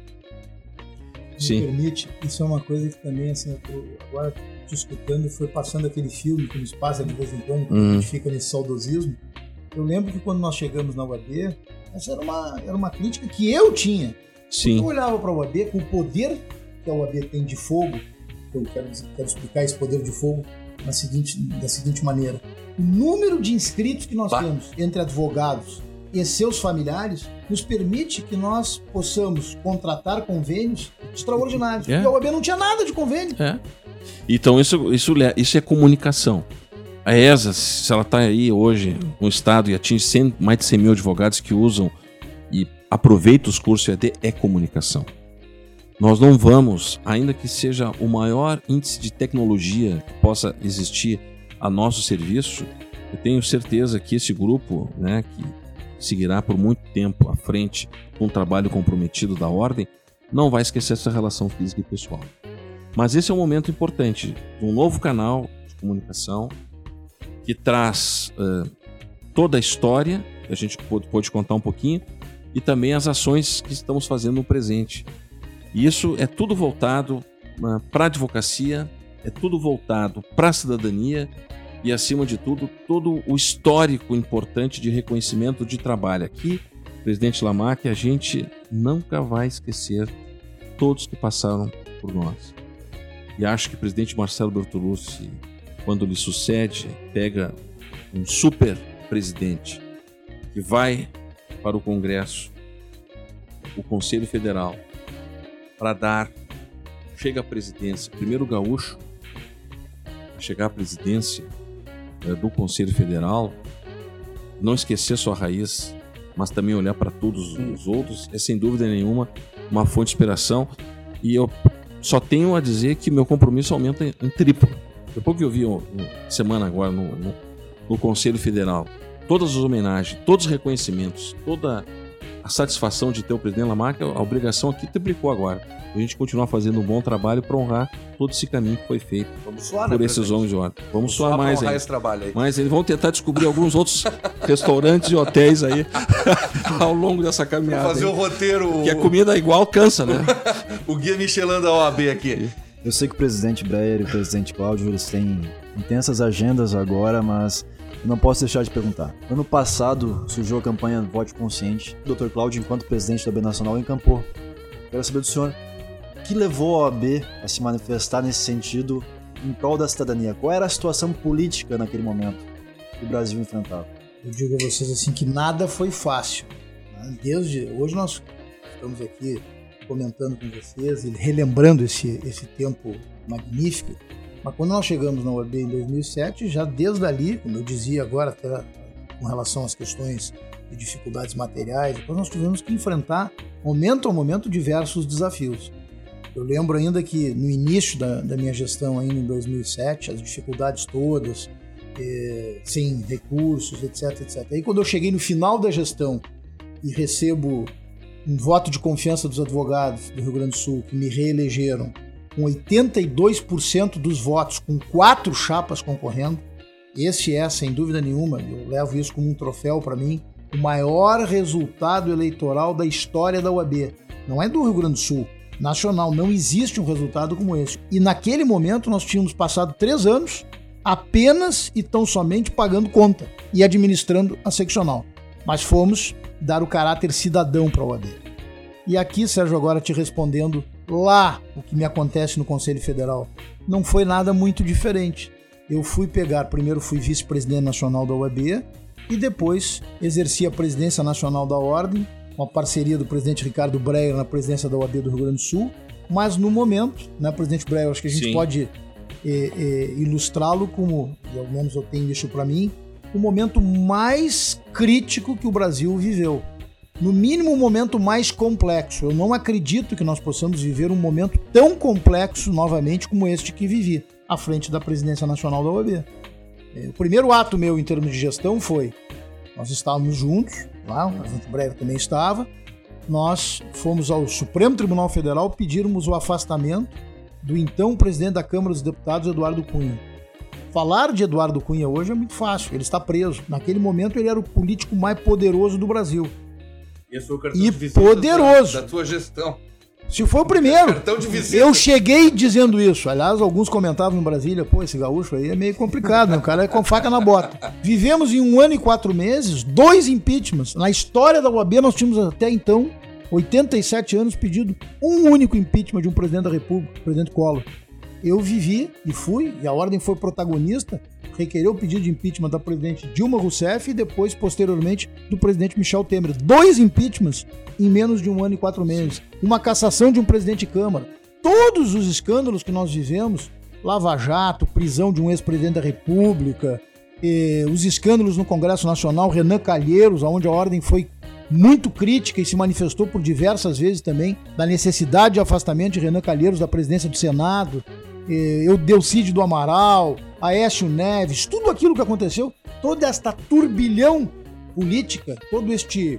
Me permite, isso é uma coisa que também, assim, agora te escutando, foi passando aquele filme que nos passa de vez em quando, que a gente fica nesse saudosismo. Eu lembro que quando nós chegamos na UAB, essa era uma crítica que eu tinha. Sim. Eu olhava para a UAB com o poder que a UAB tem de fogo, eu quero explicar esse poder de fogo da seguinte maneira. O número de inscritos que nós temos entre advogados e seus familiares nos permite que nós possamos contratar convênios extraordinários. E a UAB não tinha nada de convênio. Então isso é comunicação. A ESA, se ela está aí hoje no estado e atinge mais de 100 mil advogados que usam e aproveitam os cursos EAD, é comunicação. Nós não vamos, ainda que seja o maior índice de tecnologia que possa existir a nosso serviço, eu tenho certeza que esse grupo, né, que seguirá por muito tempo à frente com um trabalho comprometido da ordem, não vai esquecer essa relação física e pessoal. Mas esse é um momento importante, um novo canal de comunicação que traz toda a história, que a gente pode contar um pouquinho, e também as ações que estamos fazendo no presente. E isso é tudo voltado para a advocacia, é tudo voltado para a cidadania e, acima de tudo, todo o histórico importante de reconhecimento de trabalho. Aqui, presidente Lamaque, a gente nunca vai esquecer todos que passaram por nós. E acho que o presidente Marcelo Bertolucci quando lhe sucede, pega um super presidente que vai para o Congresso, o Conselho Federal, para chega à presidência, primeiro gaúcho, chegar à presidência do Conselho Federal, não esquecer sua raiz, mas também olhar para todos os outros, é sem dúvida nenhuma uma fonte de inspiração. E eu só tenho a dizer que meu compromisso aumenta em triplo. Depois que eu vi semana agora no Conselho Federal, todas as homenagens, todos os reconhecimentos, toda a satisfação de ter o presidente Lamarck, a obrigação aqui triplicou agora. A gente continuar fazendo um bom trabalho para honrar todo esse caminho que foi feito por esses homens de ordem. Vamos suar mais honrar aí. Esse trabalho aí. Mas eles vão tentar descobrir alguns outros restaurantes e hotéis aí ao longo dessa caminhada. Fazer o roteiro. Porque a comida igual cansa, né? O guia Michelin da OAB aqui. Eu sei que o presidente Breyer e o presidente Cláudio, eles têm intensas agendas agora, mas eu não posso deixar de perguntar. Ano passado surgiu a campanha Vote Consciente. O Dr. Cláudio, enquanto presidente da OAB Nacional, encampou. Quero saber do senhor, o que levou a OAB a se manifestar nesse sentido em prol da cidadania? Qual era a situação política naquele momento que o Brasil enfrentava? Eu digo a vocês assim que nada foi fácil. Desde hoje nós estamos aqui comentando com vocês e relembrando esse tempo magnífico. Mas quando nós chegamos na OAB em 2007, já desde ali, como eu dizia agora, até com relação às questões de dificuldades materiais, depois nós tivemos que enfrentar, momento a momento, diversos desafios. Eu lembro ainda que no início da minha gestão, ainda em 2007, as dificuldades todas, sem recursos, etc, etc. Aí quando eu cheguei no final da gestão e recebo um voto de confiança dos advogados do Rio Grande do Sul, que me reelegeram, com 82% dos votos, com 4 chapas concorrendo, esse é, sem dúvida nenhuma, eu levo isso como um troféu para mim, o maior resultado eleitoral da história da OAB. Não é do Rio Grande do Sul, nacional, não existe um resultado como esse. E naquele momento nós tínhamos passado 3 anos apenas e tão somente pagando conta e administrando a seccional. Mas fomos dar o caráter cidadão para a OAB. E aqui, Sérgio, agora te respondendo, lá o que me acontece no Conselho Federal não foi nada muito diferente. Eu primeiro fui vice-presidente nacional da OAB e depois exerci a presidência nacional da Ordem, uma parceria do presidente Ricardo Breyer na presidência da OAB do Rio Grande do Sul, mas no momento, né, presidente Breyer, acho que a gente Sim. pode ilustrá-lo como, pelo menos eu tenho isso para mim, o momento mais crítico que o Brasil viveu. No mínimo, o momento mais complexo. Eu não acredito que nós possamos viver um momento tão complexo novamente como este que vivi, à frente da presidência nacional da OAB. O primeiro ato meu em termos de gestão foi, nós estávamos juntos, lá, o presidente Breyer também estava, nós fomos ao Supremo Tribunal Federal pedirmos o afastamento do então presidente da Câmara dos Deputados, Eduardo Cunha. Falar de Eduardo Cunha hoje é muito fácil, ele está preso. Naquele momento ele era o político mais poderoso do Brasil. E poderoso. Da tua gestão. Se foi o primeiro. Cartão de visita. Eu cheguei dizendo isso. Aliás, alguns comentavam em Brasília, pô, esse gaúcho aí é meio complicado, né? O cara é com faca na bota. Vivemos em 1 ano e 4 meses, 2 impeachments. Na história da OAB nós tínhamos até então 87 anos pedido um único impeachment de um presidente da República, o presidente Collor. Eu vivi e fui, e a Ordem foi protagonista, requereu o pedido de impeachment da presidente Dilma Rousseff e depois, posteriormente, do presidente Michel Temer. 2 impeachments em menos de 1 ano e 4 meses. Uma cassação de um presidente de Câmara. Todos os escândalos que nós vivemos, Lava Jato, prisão de um ex-presidente da República, os escândalos no Congresso Nacional, Renan Calheiros, onde a Ordem foi muito crítica e se manifestou por diversas vezes também da necessidade de afastamento de Renan Calheiros da presidência do Senado, Delcídio do Amaral, Aécio Neves, tudo aquilo que aconteceu, toda esta turbilhão política, todo este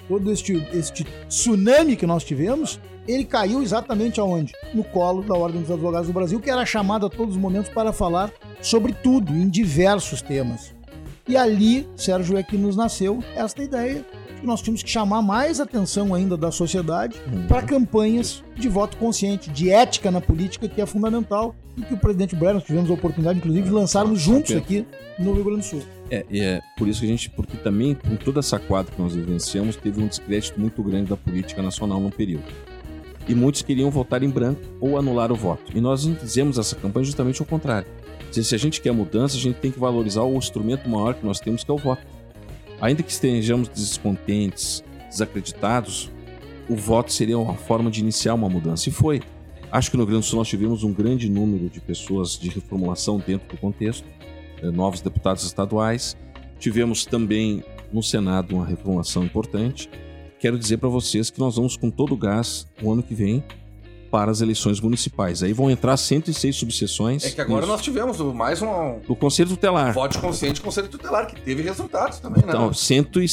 tsunami que nós tivemos, ele caiu exatamente aonde? No colo da Ordem dos Advogados do Brasil, que era chamada a todos os momentos para falar sobre tudo, em diversos temas. E ali, Sérgio, é que nos nasceu esta ideia que nós tínhamos que chamar mais atenção ainda da sociedade para campanhas de voto consciente, de ética na política, que é fundamental, e que o presidente Breyer, nós tivemos a oportunidade, inclusive, de lançarmos juntos aqui no Rio Grande do Sul. É por isso que porque também, com toda essa quadra que nós vivenciamos, teve um descrédito muito grande da política nacional no período. e muitos queriam votar em branco ou anular o voto. E nós fizemos essa campanha justamente ao contrário. Se a gente quer mudança, a gente tem que valorizar o instrumento maior que nós temos, que é o voto. Ainda que estejamos descontentes, desacreditados, o voto seria uma forma de iniciar uma mudança. E foi. Acho que no Rio Grande do Sul nós tivemos um grande número de pessoas de reformulação dentro do contexto, novos deputados estaduais. Tivemos também no Senado uma reformulação importante. Quero dizer para vocês que nós vamos com todo o gás o ano que vem para as eleições municipais. Aí vão entrar 106 subseções. É que agora nós tivemos mais do Conselho Tutelar. Voto consciente, Conselho Tutelar, que teve resultados também, né? Então,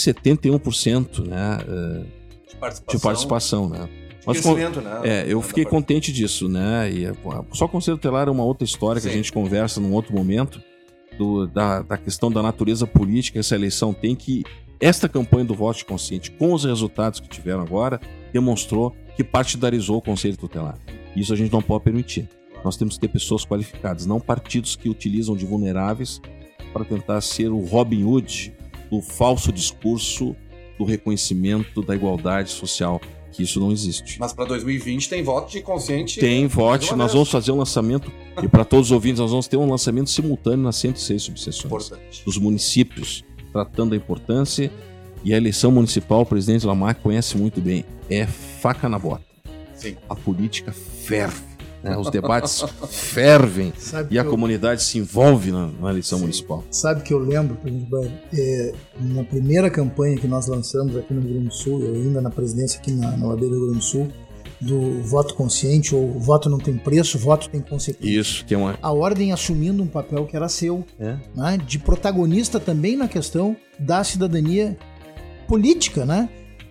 171%, né, de participação, né? Mas, né? Eu fiquei contente disso, né? E só o Conselho Tutelar é uma outra história que a gente conversa num outro momento, da questão da natureza política que essa eleição tem, que esta campanha do voto consciente, com os resultados que tiveram agora, demonstrou que partidarizou o Conselho Tutelar. Isso a gente não pode permitir. Nós temos que ter pessoas qualificadas, não partidos que utilizam de vulneráveis para tentar ser o Robin Hood do falso discurso do reconhecimento da igualdade social, que isso não existe. Mas para 2020 tem voto de consciente? Tem voto, nós vamos fazer um lançamento, e para todos os ouvintes, nós vamos ter um lançamento simultâneo nas 106 subseções dos municípios, tratando da importância. E a eleição municipal, o presidente Lamarck conhece muito bem, é faca na bota. Sim. A política ferve, né? Os debates fervem e a comunidade se envolve na eleição municipal. Sabe que eu lembro, presidente Braga, na primeira campanha que nós lançamos aqui no Rio Grande do Sul, eu ainda na presidência aqui na OAB do Rio Grande do Sul, do voto consciente, ou o voto não tem preço, o voto tem consequência. Isso, que é uma... A ordem assumindo um papel que era seu, né? De protagonista também na questão da cidadania política, né?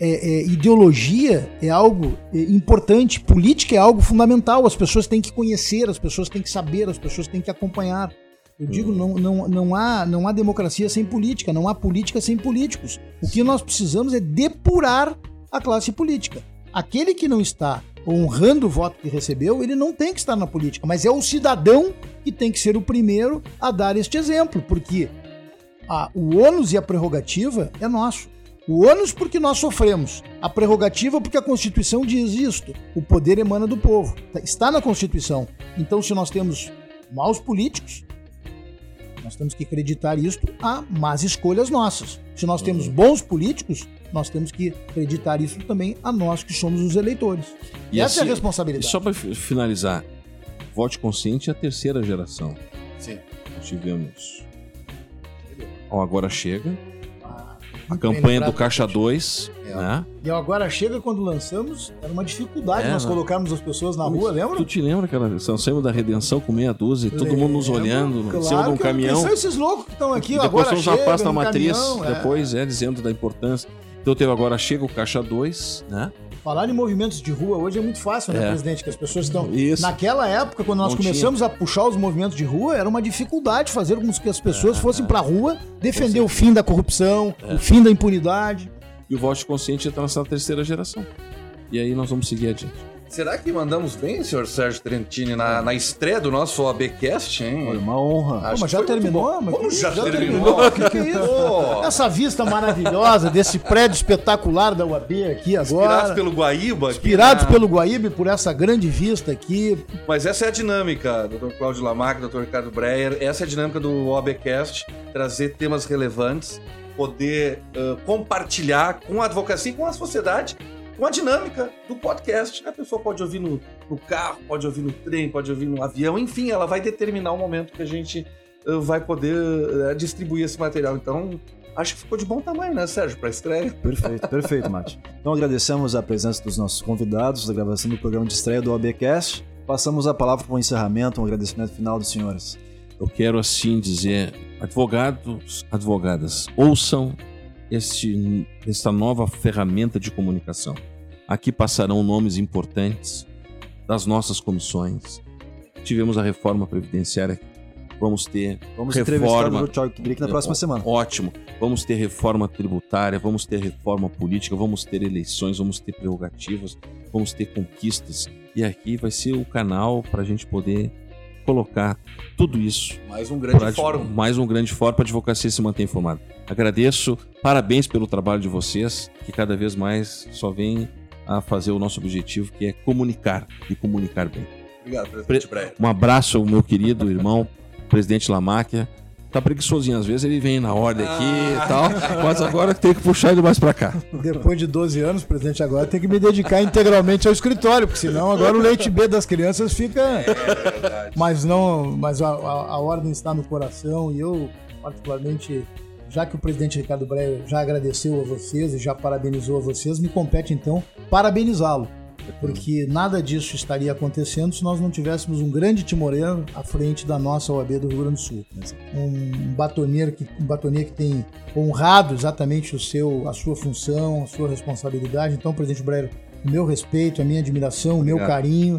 Ideologia é algo importante, política é algo fundamental, as pessoas têm que conhecer, as pessoas têm que saber, as pessoas têm que acompanhar. Eu digo, não há democracia sem política, não há política sem políticos. O que nós precisamos é depurar a classe política. Aquele que não está honrando o voto que recebeu, ele não tem que estar na política, mas é o cidadão que tem que ser o primeiro a dar este exemplo, porque o ônus e a prerrogativa é nosso. O ônus porque nós sofremos, a prerrogativa porque a Constituição diz isto, o poder emana do povo, está na Constituição. Então, se nós temos maus políticos, nós temos que acreditar isto a más escolhas nossas. Se nós temos bons políticos, nós temos que acreditar isso também a nós que somos os eleitores. E essa é a responsabilidade. E só para finalizar, voto consciente é a terceira geração. Sim. Nós tivemos Agora Chega, a campanha do Caixa 2, né? E Agora Chega, quando lançamos, era uma dificuldade nós colocarmos as pessoas na rua, lembra? Tu te lembra aquela Saímos da Redenção com meia dúzia, todo mundo nos olhando, em cima de um caminhão. São esses loucos que estão aqui, depois Agora Chega, depois rapaz na matriz, caminhão, depois dizendo da importância. Então teve Agora Chega, o Caixa 2, né? Falar em movimentos de rua hoje é muito fácil, né, presidente? Que as pessoas estão... Isso. Naquela época, quando nós começamos a puxar os movimentos de rua, era uma dificuldade fazer com que as pessoas fossem pra rua defender o fim da corrupção, o fim da impunidade. E o voto consciente está nessa terceira geração. E aí nós vamos seguir adiante. Será que mandamos bem, senhor Sérgio Trentini, na estreia do nosso OABcast, hein? Foi uma honra. Mas já terminou? Já terminou? Que é isso? Essa vista maravilhosa desse prédio espetacular da UAB aqui agora. Inspirados pelo Guaíba. Inspirados pelo Guaíba e por essa grande vista aqui. Mas essa é a dinâmica, Dr. Cláudio Lamarck, Dr. Ricardo Breyer. Essa é a dinâmica do OABcast, trazer temas relevantes, poder compartilhar com a advocacia e com a sociedade, com a dinâmica do podcast. A pessoa pode ouvir no carro, pode ouvir no trem, pode ouvir no avião, enfim, ela vai determinar o momento que a gente vai poder distribuir esse material. Então, acho que ficou de bom tamanho, né, Sérgio, para a estreia? Perfeito, Mate. Então, agradecemos a presença dos nossos convidados da gravação do programa de estreia do OABcast. Passamos a palavra para o encerramento, um agradecimento final dos senhores. Eu quero, assim, dizer, advogados, advogadas, ouçam esta nova ferramenta de comunicação. Aqui passarão nomes importantes das nossas comissões. Tivemos a reforma previdenciária. Vamos entrevistar o Dr. Thiago Kibrick na próxima semana. Ótimo. Vamos ter reforma tributária, vamos ter reforma política, vamos ter eleições, vamos ter prerrogativas, vamos ter conquistas. E aqui vai ser o canal para a gente poder colocar tudo isso. Mais um grande fórum. Mais um grande fórum para a advocacia se manter informada. Agradeço, parabéns pelo trabalho de vocês, que cada vez mais só vem a fazer o nosso objetivo, que é comunicar e comunicar bem. Obrigado, presidente Breyer. Um abraço ao meu querido irmão, presidente Lamáquia. Tá preguiçosinho às vezes, ele vem na ordem aqui e tal, mas agora tem que puxar ele mais pra cá. Depois de 12 anos, presidente, agora tem que me dedicar integralmente ao escritório, porque senão agora o leite B das crianças fica... Mas a ordem está no coração e eu, particularmente, já que o presidente Ricardo Breyer já agradeceu a vocês e já parabenizou a vocês, me compete então parabenizá-lo. Porque nada disso estaria acontecendo se nós não tivéssemos um grande timoreiro à frente da nossa OAB do Rio Grande do Sul. Um batoneiro que tem honrado exatamente a sua função, a sua responsabilidade. Então, presidente Breyer, o meu respeito, a minha admiração, o meu carinho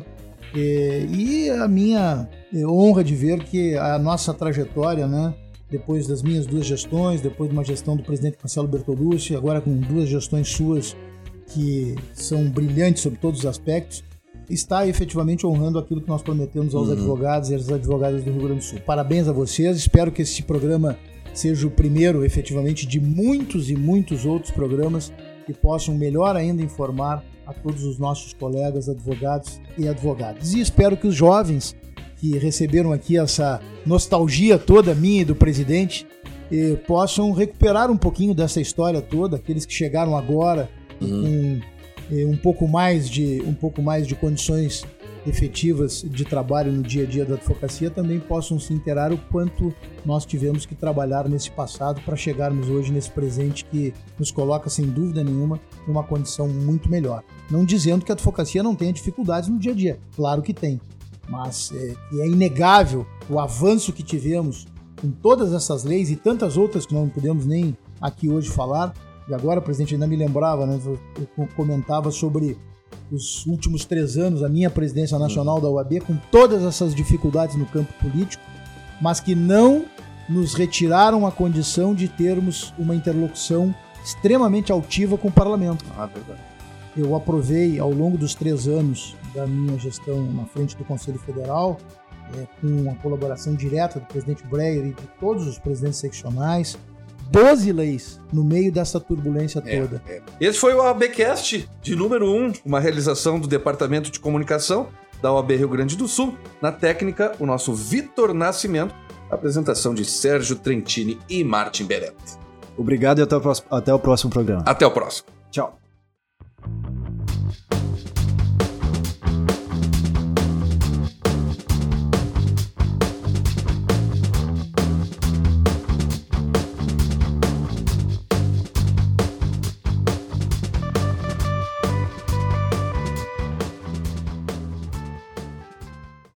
e a minha honra de ver que a nossa trajetória, né, depois das minhas 2 gestões, depois de uma gestão do presidente Marcelo Bertolucci, agora com 2 gestões suas, que são brilhantes sobre todos os aspectos, está efetivamente honrando aquilo que nós prometemos aos advogados e às advogadas do Rio Grande do Sul. Parabéns a vocês, espero que esse programa seja o primeiro, efetivamente, de muitos e muitos outros programas que possam melhor ainda informar a todos os nossos colegas advogados e advogadas. E espero que os jovens que receberam aqui essa nostalgia toda minha e do presidente possam recuperar um pouquinho dessa história toda, aqueles que chegaram agora com um pouco mais de condições efetivas de trabalho no dia a dia da advocacia também possam se inteirar o quanto nós tivemos que trabalhar nesse passado para chegarmos hoje nesse presente que nos coloca, sem dúvida nenhuma, numa condição muito melhor. Não dizendo que a advocacia não tenha dificuldades no dia a dia, claro que tem, mas é inegável o avanço que tivemos com todas essas leis e tantas outras que nós não podemos nem aqui hoje falar. E agora, presidente, ainda me lembrava, né, eu comentava sobre os últimos 3 anos, a minha presidência nacional da OAB, com todas essas dificuldades no campo político, mas que não nos retiraram a condição de termos uma interlocução extremamente altiva com o parlamento. Verdade. Eu aprovei, ao longo dos 3 anos da minha gestão na frente do Conselho Federal, com a colaboração direta do presidente Breyer e de todos os presidentes seccionais, 12 leis no meio dessa turbulência toda. Esse foi o OABcast de número 1, uma realização do Departamento de Comunicação da OAB Rio Grande do Sul. Na técnica, o nosso Vitor Nascimento, apresentação de Sérgio Trentini e Martin Beretta. Obrigado e até o próximo programa. Até o próximo. Tchau.